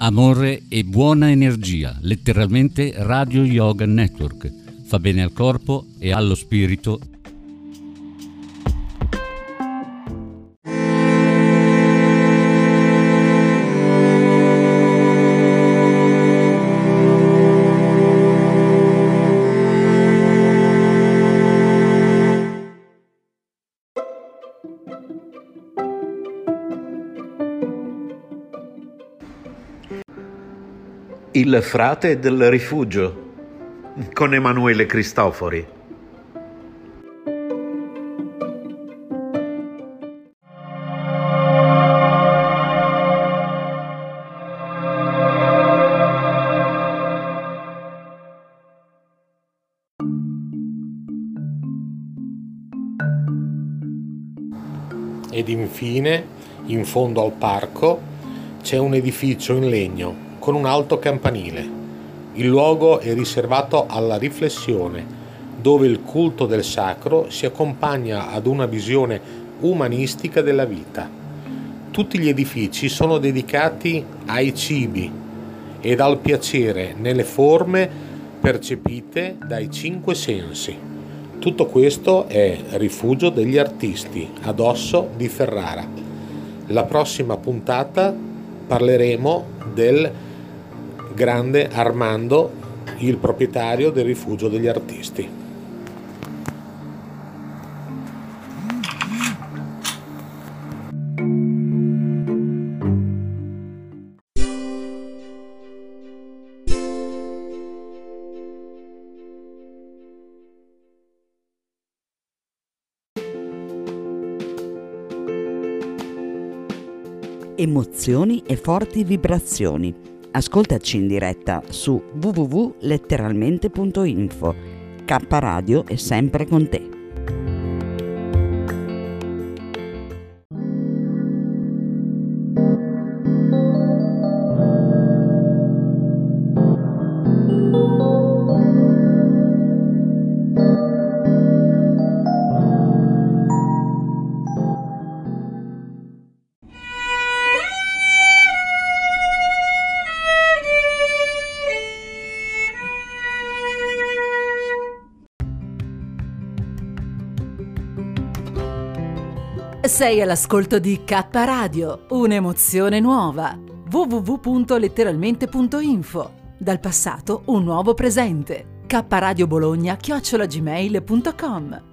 Amore e buona energia, letteralmente Radio Yoga Network. Fa bene al corpo e allo spirito. Il frate del rifugio con Emanuele Cristofori. Ed infine, in fondo al parco, c'è un edificio in legno con un alto campanile. Il luogo è riservato alla riflessione, dove il culto del sacro si accompagna ad una visione umanistica della vita. Tutti gli edifici sono dedicati ai cibi ed al piacere nelle forme percepite dai 5 sensi. Tutto questo è Rifugio degli Artisti, ad Osso di Ferrara. La prossima puntata parleremo del grande Armando, il proprietario del Rifugio degli Artisti. Emozioni e forti vibrazioni. Ascoltaci in diretta su www.letteralmente.info. K Radio è sempre con te. Sei all'ascolto di K Radio, un'emozione nuova. www.letteralmente.info. Dal passato un nuovo presente. kradiobologna@gmail.com